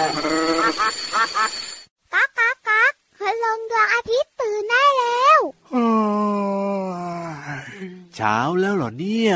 ก๊ากก๊ากก๊ากคืนลงดวงอาทิตย์ตื่นได้แล้วเช้าแล้วเหรอเนี่ย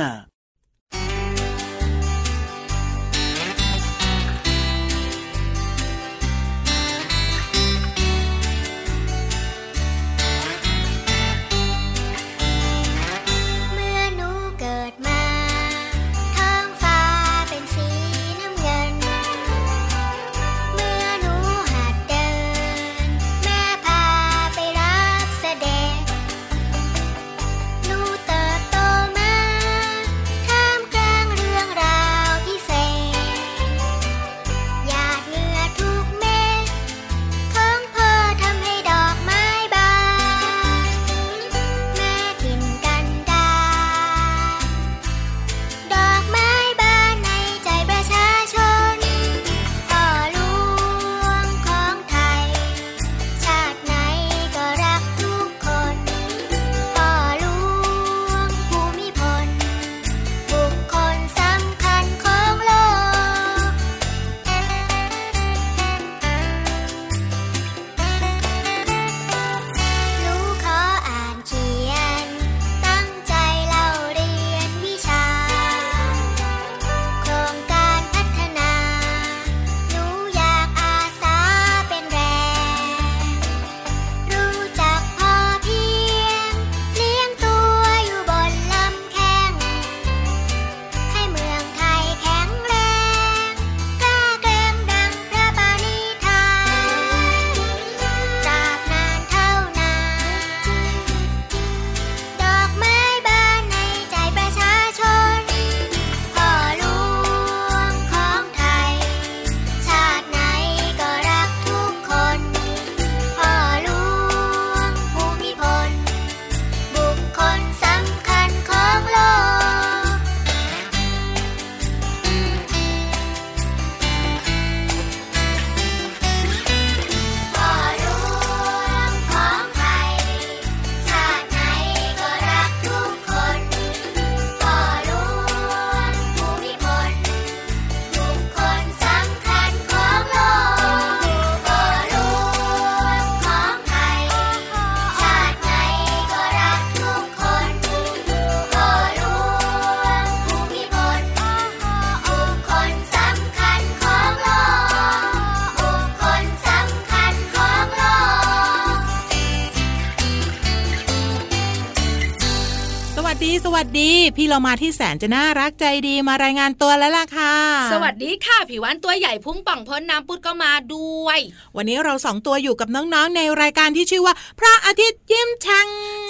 สวัสดีพี่เรามาที่แสนจะน่ารักใจดีมารายงานตัวแล้วล่ะค่ะสวัสดีค่ะผิววันตัวใหญ่พุ่งป่องพ้นน้ำปุดก็มาด้วยวันนี้เรา2ตัวอยู่กับน้องๆในรายการที่ชื่อว่าพระอาทิตย์ยิ้มแฉ่ง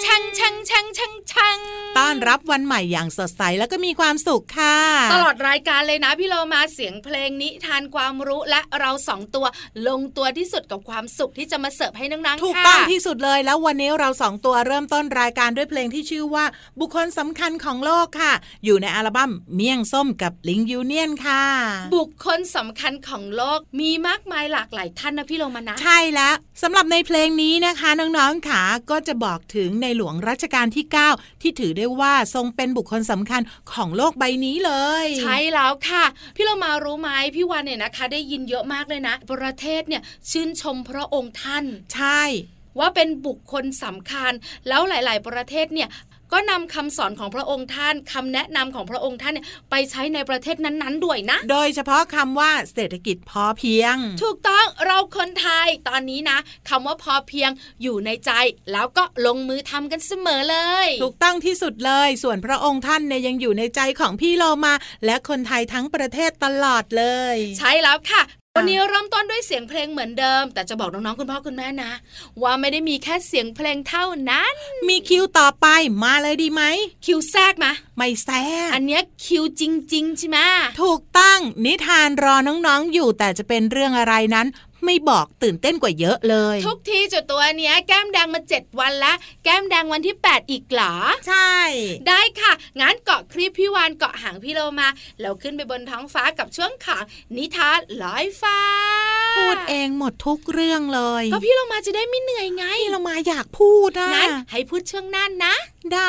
ต้อนรับวันใหม่อย่างสดใสแล้วก็มีความสุขค่ะตลอดรายการเลยนะพี่เรามาเสียงเพลงนิทานความรู้และเรา2ตัวลงตัวที่สุดกับความสุขที่จะมาเสิร์ฟให้น้องๆค่ะถูกต้องที่สุดเลยแล้ววันนี้เรา2ตัวเริ่มต้นรายการด้วยเพลงที่ชื่อว่าบุคคลสำคัญของโลกค่ะอยู่ในอัลบั้มเมี่ยงส้มกับลิงยูเนียนค่ะบุคคลสำคัญของโลกมีมากมายหลากหลายท่านนะพี่โลมานะใช่แล้วสำหรับในเพลงนี้นะคะน้องๆค่ะก็จะบอกถึงในหลวงรัชกาลที่9ที่ถือได้ว่าทรงเป็นบุคคลสำคัญของโลกใบนี้เลยใช่แล้วค่ะพี่โลมารู้ไหมพี่วันเนี่ยนะคะได้ยินเยอะมากเลยนะประเทศเนี่ยชื่นชมพระองค์ท่านใช่ว่าเป็นบุคคลสำคัญแล้วหลายๆประเทศเนี่ยก็นำคำสอนของพระองค์ท่านคำแนะนำของพระองค์ท่านเนี่ยไปใช้ในประเทศนั้นๆด้วยนะโดยเฉพาะคำว่าเศรษฐกิจพอเพียงถูกต้องเราคนไทยตอนนี้นะคำว่าพอเพียงอยู่ในใจแล้วก็ลงมือทำกันเสมอเลยถูกต้องที่สุดเลยส่วนพระองค์ท่านเนี่ยยังอยู่ในใจของพี่โลมาและคนไทยทั้งประเทศตลอดเลยใช่แล้วค่ะวันนี้เริ่มต้นด้วยเสียงเพลงเหมือนเดิมแต่จะบอกน้องๆคุณพ่อคุณแม่นะว่าไม่ได้มีแค่เสียงเพลงเท่านั้นมีคิวต่อไปมาเลยดีไหมคิวแทรกมาไม่แทรกอันนี้คิวจริงๆใช่ไหมถูกต้องนิทานรอน้องๆอยู่แต่จะเป็นเรื่องอะไรนั้นไม่บอกตื่นเต้นกว่าเยอะเลยทุกทีจุดตัวเนี้ยแก้มแดงมา7วันแล้วแก้มแดงวันที่8อีกเหรอใช่ได้ค่ะงั้นเกาะคลิปพี่วานเกาะหางพี่โลมาแล้วขึ้นไปบนท้องฟ้ากับช่วงข่าวนิทานลอยฟ้าพูดเองหมดทุกเรื่องเลยก็พี่โลมาจะได้ไม่เหนื่อยไงพี่โลมาอยากพูดนะงั้นให้พูดช่วงหน้านะได้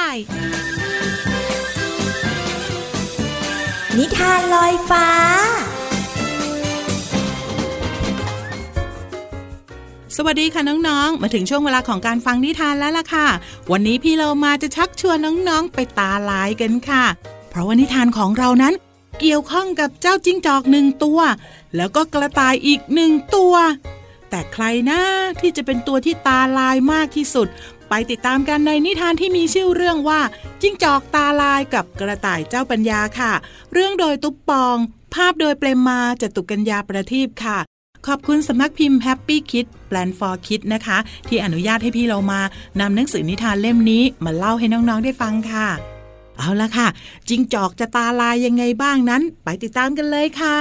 นิทานลอยฟ้าสวัสดีค่ะน้องๆมาถึงช่วงเวลาของการฟังนิทานแล้วล่ะค่ะวันนี้พี่เรามาจะชักชวนน้องๆไปตาลายกันค่ะเพราะว่านิทานของเรานั้นเกี่ยวข้องกับเจ้าจิ้งจอก1ตัวแล้วก็กระต่ายอีก1ตัวแต่ใครนะที่จะเป็นตัวที่ตาลายมากที่สุดไปติดตามกันในนิทานที่มีชื่อเรื่องว่าจิ้งจอกตาลายกับกระต่ายเจ้าปัญญาค่ะเรื่องโดยตุ๊บปองภาพโดยเปรมมาจตุกัญญาประทีปค่ะขอบคุณสำนักพิมพ์ Happy Kids Plan for Kids นะคะที่อนุญาตให้พี่เรามานำหนังสือนิทานเล่มนี้มาเล่าให้น้องๆได้ฟังค่ะเอาละค่ะจิ้งจอกจะตาลายยังไงบ้างนั้นไปติดตามกันเลยค่ะ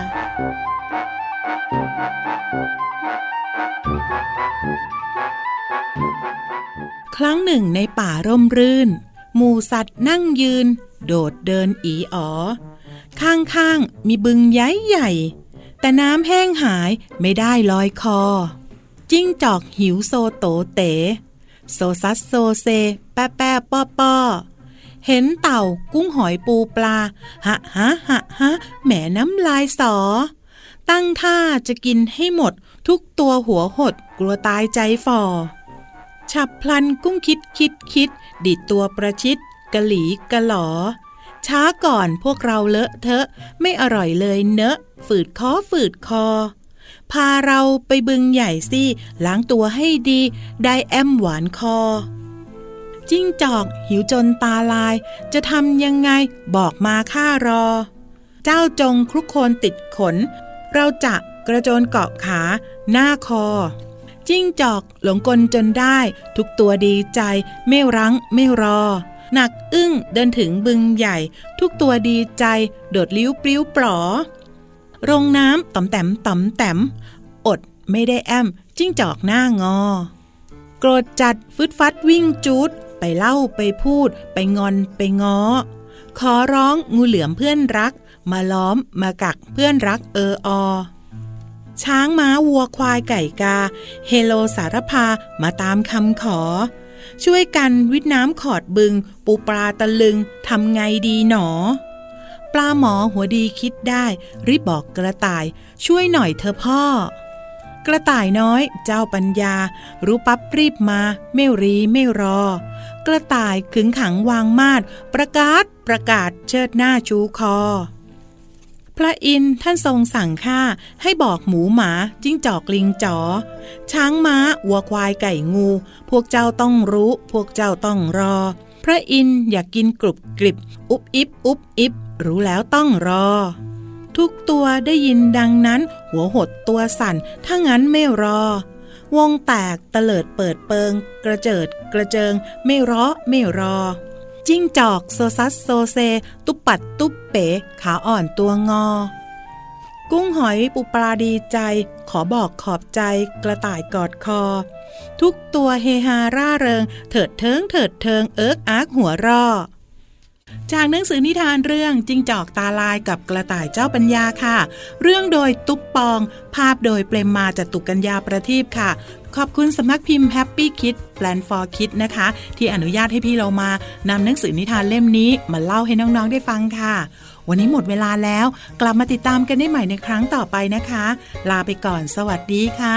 ครั้งหนึ่งในป่าร่มรื่นหมู่สัตว์นั่งยืนโดดเดินอีอ๋อข้างๆมีบึงใหญ่ๆแต่น้ำแห้งหายไม่ได้ลอยคอจิ้งจอกหิวโซโตเต๋โซซัสโซเซแป๊ะแป๊ะป้อป้อเห็นเต่ากุ้งหอยปูปลาหะแหมน้ำลายสอตั้งท่าจะกินให้หมดทุกตัวหัวหดกลัวตายใจฝ่อฉับพลันกุ้งคิดดิดตัวประชิดกะหลีกะหลอช้าก่อนพวกเราเลอะเทอะไม่อร่อยเลยเนอะฝืดคอพาเราไปบึงใหญ่สิล้างตัวให้ดีได้แอมหวานคอจิ้งจอกหิวจนตาลายจะทำยังไงบอกมาข้ารอเจ้าจงคลุกโคลนติดขนเราจะกระโจนเกาะขาหน้าคอจิ้งจอกหลงกลจนได้ทุกตัวดีใจไม่รั้งไม่รอหนักอึ้งเดินถึงบึงใหญ่ทุกตัวดีใจโดดลิ้วปลิ้วปลอลงน้ำต่ำแต้มอดไม่ได้แอมจิ้งจอกหน้างอโกรธจัดฟึดฟัดวิ่งจูดไปเล่าไปพูดไปงอนไปง้อขอร้องงูเหลือมเพื่อนรักมาล้อมมากักเพื่อนรักอช้างม้าวัวควายไก่กาเฮโลสารพามาตามคำขอช่วยกันวิทน้ำขอดบึงปูปลาตะลึงทำไงดีหนอปลาหมอหัวดีคิดได้รีบบอกกระต่ายช่วยหน่อยเธอพ่อกระต่ายน้อยเจ้าปัญญารู้ปั๊บรีบมาไม่รีไม่รอกระต่ายขึงขังวางมาดประกาศเชิดหน้าชูคอพระอินทร์ท่านทรงสั่งข้าให้บอกหมูหมาจิ้งจอกลิงจ๋อช้างม้าวัวควายไก่งูพวกเจ้าต้องรู้พวกเจ้าต้องรอพระอินทร์อยากกินกรุบกริบอุบอิบรู้แล้วต้องรอทุกตัวได้ยินดังนั้นหัวหดตัวสั่นถ้างั้นไม่รอวงแตกเตลิดเปิดเปิงกระเจิดกระเจิงไม่รอจิ้งจอกโซซัสโซเซตุบปัดตุบเป๋ขาอ่อนตัวงอกุ้งหอยปูปลาดีใจขอบอกขอบใจกระต่ายกอดคอทุกตัวเฮฮาร่าเริงเถิดเทิงเอิกอาร์กหัวร่อจากหนังสือนิทานเรื่องจิ้งจอกตาลายกับกระต่ายเจ้าปัญญาค่ะเรื่องโดยตุ๊บปองภาพโดยเปรมมาจตุกัญญาประทีปค่ะขอบคุณสำนักพิมพ์ Happy Kids Plan for Kids นะคะที่อนุญาตให้พี่เรามานำหนังสือนิทานเล่มนี้มาเล่าให้น้องๆได้ฟังค่ะวันนี้หมดเวลาแล้วกลับมาติดตามกันได้ใหม่ในครั้งต่อไปนะคะลาไปก่อนสวัสดีค่ะ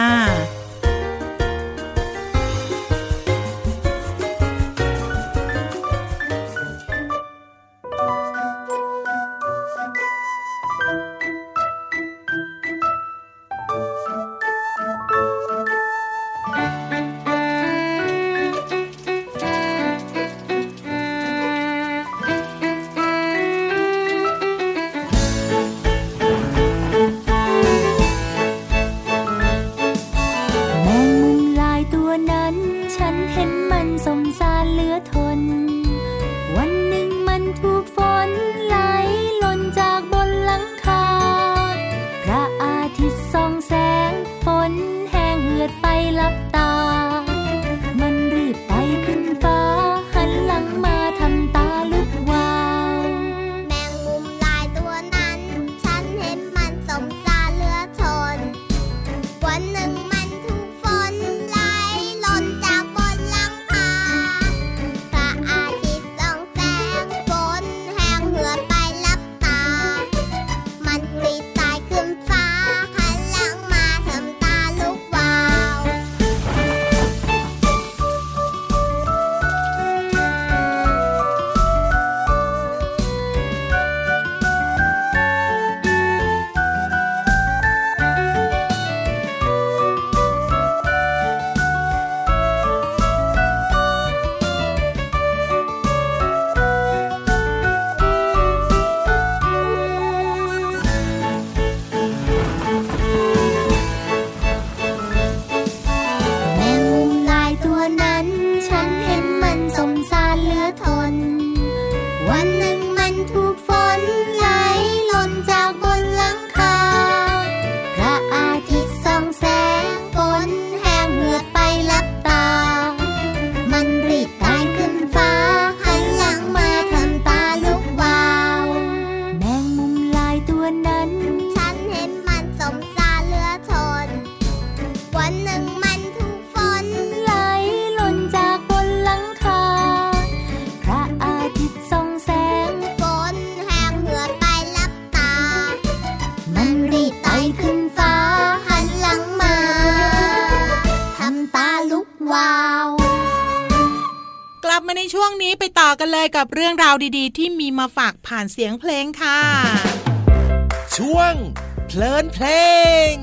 ขึ้นฟ้าหันหลังมาทำตาลุกวาวกลับมาในช่วงนี้ไปต่อกันเลยกับเรื่องราวดีๆที่มีมาฝากผ่านเสียงเพลงค่ะช่วงเพลินเพลง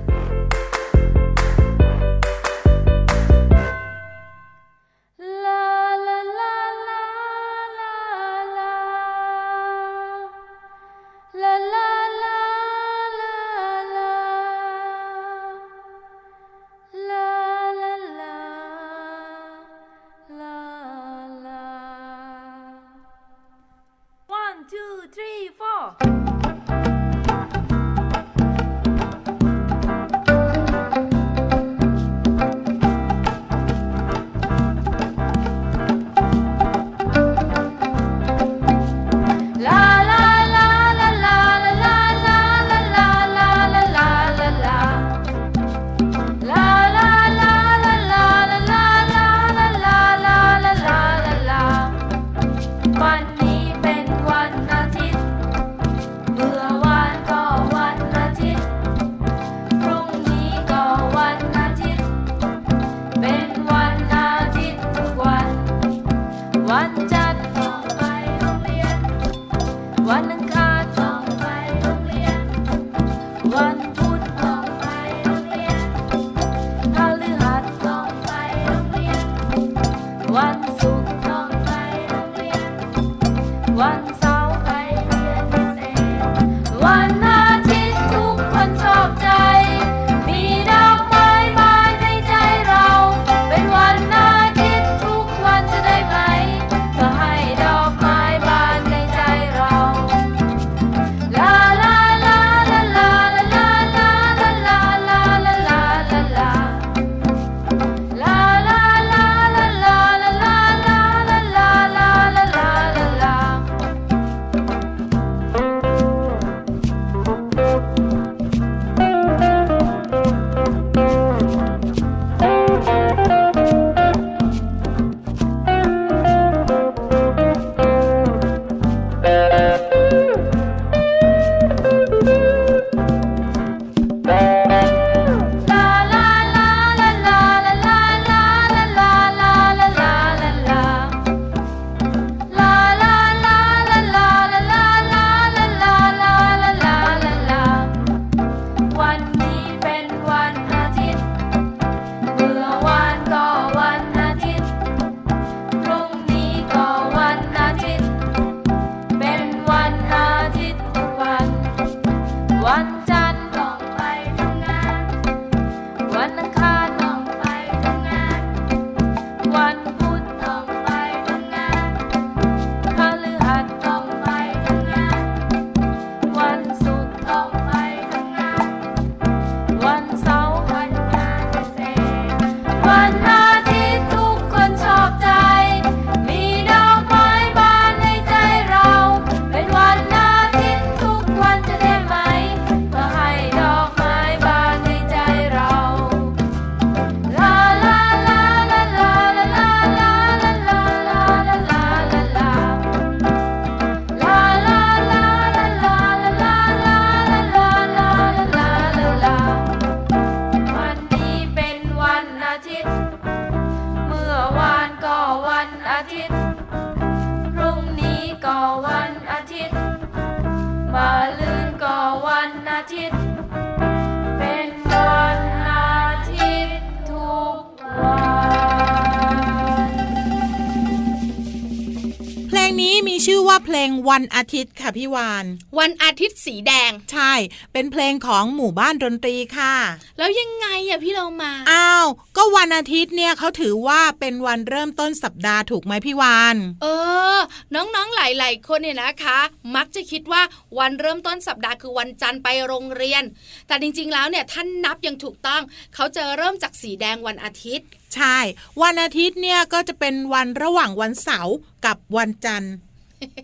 ชื่อว่าเพลงวันอาทิตย์ค่ะพี่วานวันอาทิตย์สีแดงใช่เป็นเพลงของหมู่บ้านดนตรีค่ะแล้วยังไงอะพี่เรามาอ้าวก็วันอาทิตย์เนี่ยเขาถือว่าเป็นวันเริ่มต้นสัปดาห์ถูกไหมพี่วานน้องๆหลายๆคนเนี่ยนะคะมักจะคิดว่าวันเริ่มต้นสัปดาห์คือวันจันทร์ไปโรงเรียนแต่จริงๆแล้วเนี่ยท่านนับอย่างถูกต้องเขาจะเริ่มจากสีแดงวันอาทิตย์ใช่วันอาทิตย์เนี่ยก็จะเป็นวันระหว่างวันเสาร์กับวันจันทร์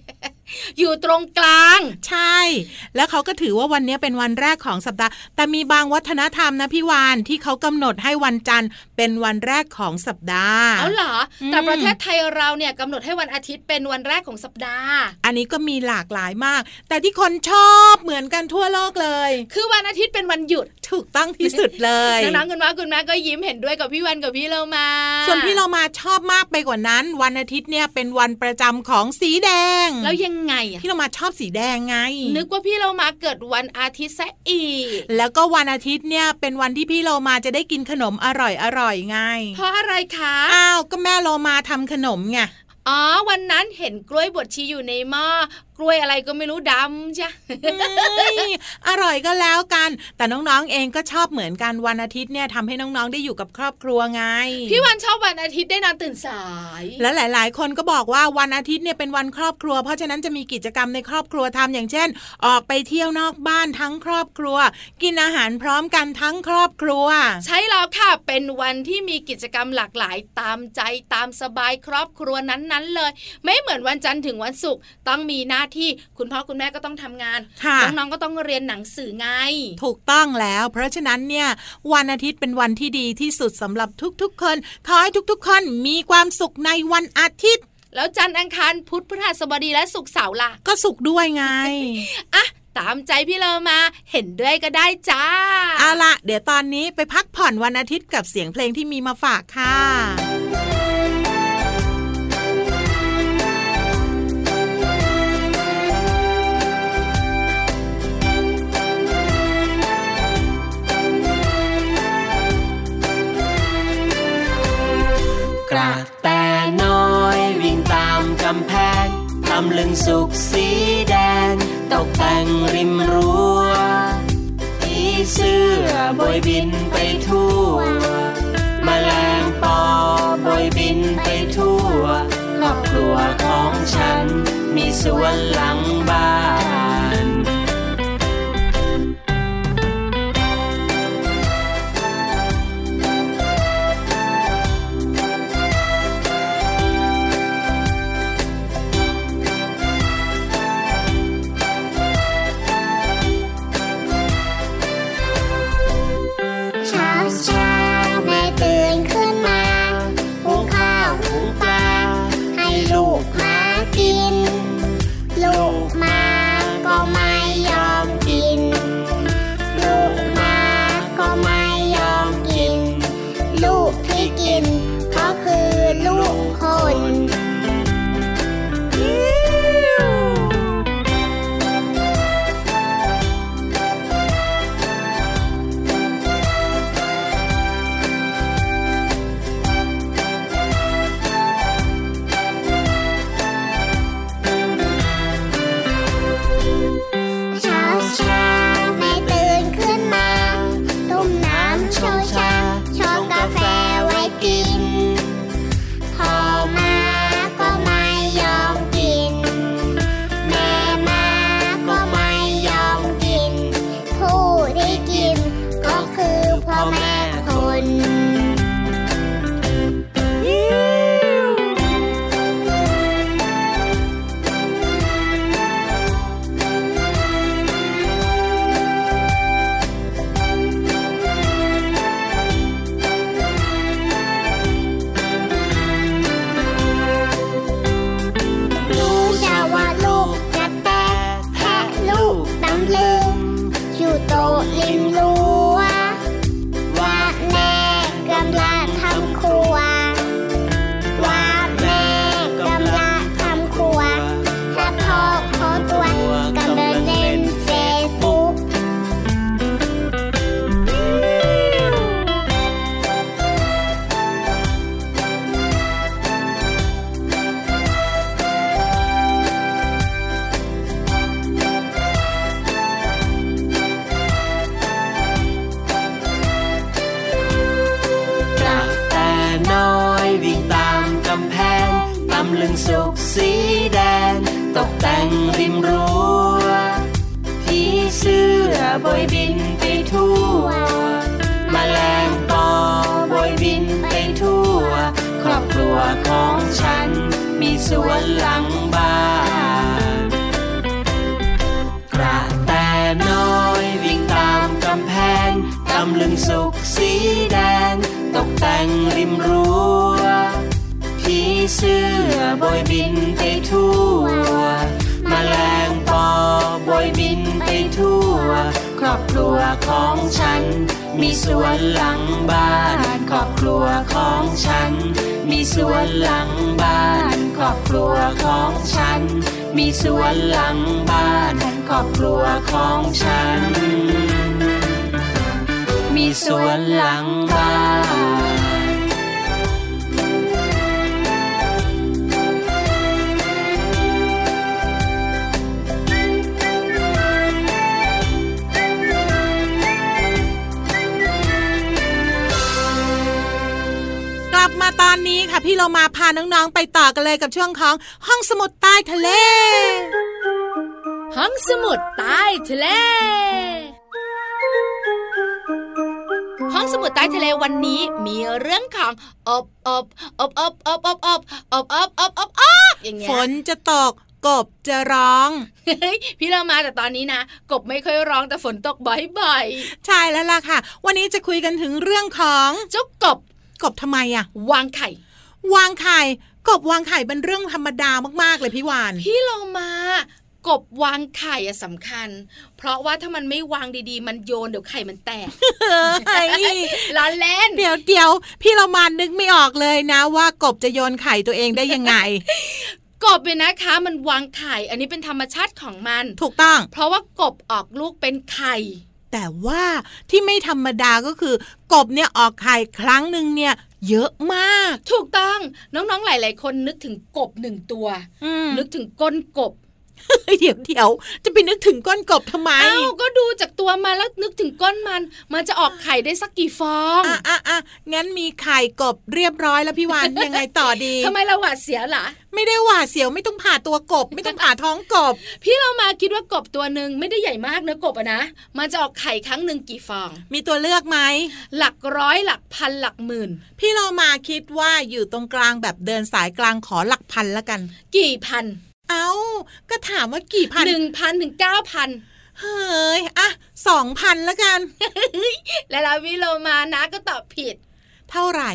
อยู่ตรงกลางใช่แล้วเขาก็ถือว่าวันนี้เป็นวันแรกของสัปดาห์แต่มีบางวัฒนธรรมนะพี่วานที่เขากำหนดให้วันจันทร์เป็นวันแรกของสัปดาห์เอาเหรอแต่ประเทศไทยเราเนี่ยกำหนดให้วันอาทิตย์เป็นวันแรกของสัปดาห์อันนี้ก็มีหลากหลายมากแต่ที่คนชอบเหมือนกันทั่วโลกเลยคือวันอาทิตย์เป็นวันหยุดถูกต้องที่สุดเลยน้องๆคุณพ่อคุณแม่ก็ยิ้มเห็นด้วยกับพี่วันกับพี่เรามาส่วนพี่เรามาชอบมากไปกว่านั้นวันอาทิตย์เนี่ยเป็นวันประจำของสีแดงแล้วยังไงพี่เรามาชอบสีแดงไงนึกว่าพี่เรามาเกิดวันอาทิตย์ซะอีกแล้วก็วันอาทิตย์เนี่ยเป็นวันที่พี่เรามาจะได้กินขนมอร่อยไงเพราะอะไรคะอ้าวก็แม่เรามาทำขนมไงอ๋อวันนั้นเห็นกล้วยบดชีอยู่ในหม้อกล้วยอะไรก็ไม่รู้ดำใช่อร่อยก็แล้วกันแต่น้องๆเองก็ชอบเหมือนกันวันอาทิตย์เนี่ยทำให้น้องๆได้อยู่กับครอบครัวไงพี่วันชอบวันอาทิตย์ได้นอนตื่นสายและหลายๆคนก็บอกว่าวันอาทิตย์เนี่ยเป็นวันครอบครัวเพราะฉะนั้นจะมีกิจกรรมในครอบครัวทำอย่างเช่นออกไปเที่ยวนอกบ้านทั้งครอบครัวกินอาหารพร้อมกันทั้งครอบครัวใช่แล้วค่ะเป็นวันที่มีกิจกรรมหลากหลายตามใจตามสบายครอบครัวนั้นๆเลยไม่เหมือนวันจันทร์ถึงวันศุกร์ต้องมีหน้าที่คุณพ่อคุณแม่ก็ต้องทำงานน้องๆก็ต้องเรียนหนังสือไงถูกต้องแล้วเพราะฉะนั้นเนี่ยวันอาทิตย์เป็นวันที่ดีที่สุดสำหรับทุกๆคนขอให้ทุกๆคนมีความสุขในวันอาทิตย์แล้วจันทร์อังคารพุธพฤหัสบดีและศุกร์เสาร์ล่ะก็ศุกร์ด้วยไงอ่ะตามใจพี่เรามาเห็นด้วยก็ได้จ้าเอาล่ะเดี๋ยวตอนนี้ไปพักผ่อนวันอาทิตย์กับเสียงเพลงที่มีมาฝากค่ะกระแตน้อยวิ่งตามกำแพงตำลึงสุกสีแดงตกแต่งริมรั้วผีเสื้อบอยบินไปทั่วแมลงปอบอยบินไปทั่วครอบครัวของฉันมีสวนหลังบ้านสุกสีแดงตกแต่งริมรั้วผีเสื้อบอยบินไปทั่วแมลงปอบอยบินไปทั่วครอบครัวของฉันมีสวนหลังบ้านำลึงสุกสีแดงตกแต่งริมรั้วผีเสื้อบอยบินไปทั่วแมลงปอบอยบินไปทั่วครอบครัวของฉันมีสวนหลังบ้านครอบครัวของฉันมีสวนหลังบ้านครอบครัวของฉันมีสวนหลังบ้านครอบครัวของฉันมีสวนหลังบ้านมาตอนนี้ค่ะพี่เรามาพาน้องๆไปต่อกันเลยกับช่วงของห้องสมุดใต้ทะเลห้องสมุดใต้ทะเลห้องสมุดใต้ทะเลวันนี้มีเรื่องของอบอย่างเงี้ยฝนจะตกกบจะร้องพี่เรามาแต่ตอนนี้นะกบไม่ค่อยร้องแต่ฝนตกบ่อยๆใช่แล้วล่ะค่ะวันนี้จะคุยกันถึงเรื่องของเจ้ากบทำไมอะวางไข่กบวางไข่เป็นเรื่องธรรมดามากๆเลยพี่วานพี่เรามากบวางไข่สำคัญเพราะว่าถ้ามันไม่วางดีๆมันโยนเดี๋ยวไข่มันแตกล้อเล่นเดี๋ยวพี่เรามานึกไม่ออกเลยนะว่ากบจะโยนไข่ตัวเองได้ยังไงกบเนี่ยนะคะมันวางไข่อันนี้เป็นธรรมชาติของมันถูกต้องเพราะว่ากบออกลูกเป็นไข่แต่ว่าที่ไม่ธรรมดาก็คือกบเนี่ยออกไข่ครั้งนึงเนี่ยเยอะมากถูกต้องน้องๆหลายๆคนนึกถึงกบ1ตัวนึกถึงก้นกบเดี๋ยวจะไปนึกถึงก้นกบทำไมก็ดูจากตัวมันแล้วนึกถึงก้นมันจะออกไข่ได้สักกี่ฟองงั้นมีไข่กบเรียบร้อยแล้วพี่วานยังไงต่อดีทำไมเราหวาดเสียวล่ะไม่ได้หวาดเสียวไม่ต้องผ่าตัวกบไม่ต้องผ่าท้องกบพี่เรามาคิดว่ากบตัวนึงไม่ได้ใหญ่มากนะกบนะมันจะออกไข่ครั้งนึงกี่ฟองมีตัวเลือกไหมหลักร้อยหลักพันหลักหมื่นพี่เรามาคิดว่าอยู่ตรงกลางแบบเดินสายกลางขอหลักพันละกันกี่พันก็ถามว่ากี่พัน 1,000 ถึง 9,000 เฮ้ย2,000แล้วกันแล้ววิโลมานะก็ตอบผิดเท่าไหร่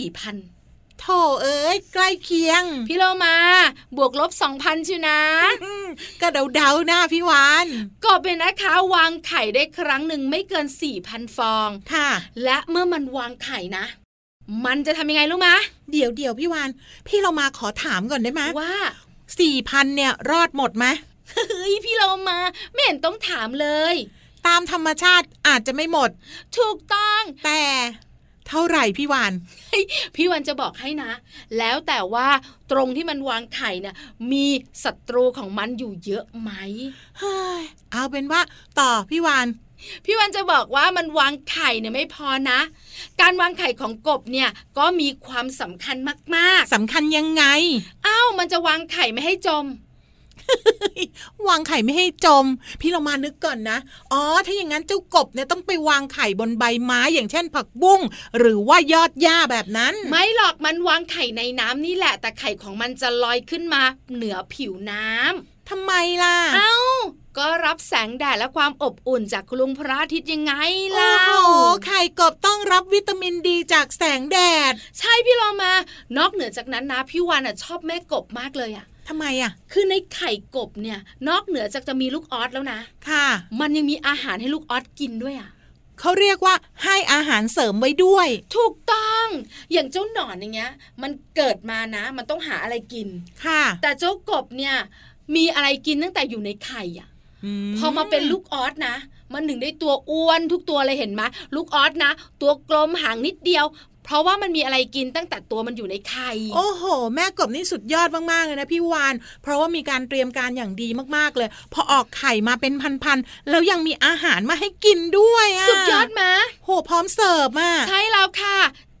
4,000 โธ่เอ้ยใกล้เคียงพี่โลมาบวกลบ 2,000 ชิวนะก็เดาๆหน้าพี่วานก็เป็นนะคะวางไข่ได้ครั้งหนึ่งไม่เกิน 4,000 ฟองค่ะและเมื่อมันวางไข่นะมันจะทำยังไงรู้มะเดี๋ยวพี่วานพี่เรามาขอถามก่อนได้ไหมว่า 4,000 เนี่ยรอดหมดไหมเฮ้ยพี่เรามาไม่เห็นต้องถามเลยตามธรรมชาติอาจจะไม่หมดถูกต้องแต่เท่าไหร่พี่วานพี่วานจะบอกให้นะแล้วแต่ว่าตรงที่มันวางไข่เนี่ยมีศัตรูของมันอยู่เยอะไหมเอาเป็นว่าต่อพี่วานจะบอกว่ามันวางไข่เนี่ยไม่พอนะการวางไข่ของกบเนี่ยก็มีความสำคัญมากๆสำคัญยังไงมันจะวางไข่ไม่ให้จมวางไข่ไม่ให้จมพี่เรามานึกก่อนนะถ้าอย่างนั้นเจ้ากบเนี่ยต้องไปวางไข่บนใบไม้อย่างเช่นผักบุ้งหรือว่ายอดหญ้าแบบนั้นไม่หรอกมันวางไข่ในน้ำนี่แหละแต่ไข่ของมันจะลอยขึ้นมาเหนือผิวน้ำทำไมล่ะก็รับแสงแดดและความอบอุ่นจากคุณลุงพระอาทิตย์ยังไงล่ะโอ้โหไข่กบต้องรับวิตามินดีจากแสงแดดใช่พี่เรามานอกเหนือจากนั้นนะพี่วานชอบแม่กบมากเลยทำไมคือในไข่กบเนี่ยนอกเหนือจากจะมีลูกออสแล้วนะค่ะมันยังมีอาหารให้ลูกออสกินด้วยเขาเรียกว่าให้อาหารเสริมไว้ด้วยถูกต้องอย่างเจ้าหนอนอย่างเงี้ยมันเกิดมานะมันต้องหาอะไรกินค่ะแต่เจ้ากบเนี่ยมีอะไรกินตั้งแต่อยู่ในไข่พอมาเป็นลูกออสนะมันถึงได้ตัวอ้วนทุกตัวเลยเห็นไหมลูกออสนะตัวกลมหางนิดเดียวเพราะว่ามันมีอะไรกินตั้งแต่ตัวมันอยู่ในไข่โอ้โหแม่กบนี่สุดยอดมากๆเลยนะพี่วานเพราะว่ามีการเตรียมการอย่างดีมากๆเลยพอออกไข่มาเป็นพันๆแล้วยังมีอาหารมาให้กินด้วยสุดยอดมะโหพร้อมเสิร์ฟใช่แล้วค่ะ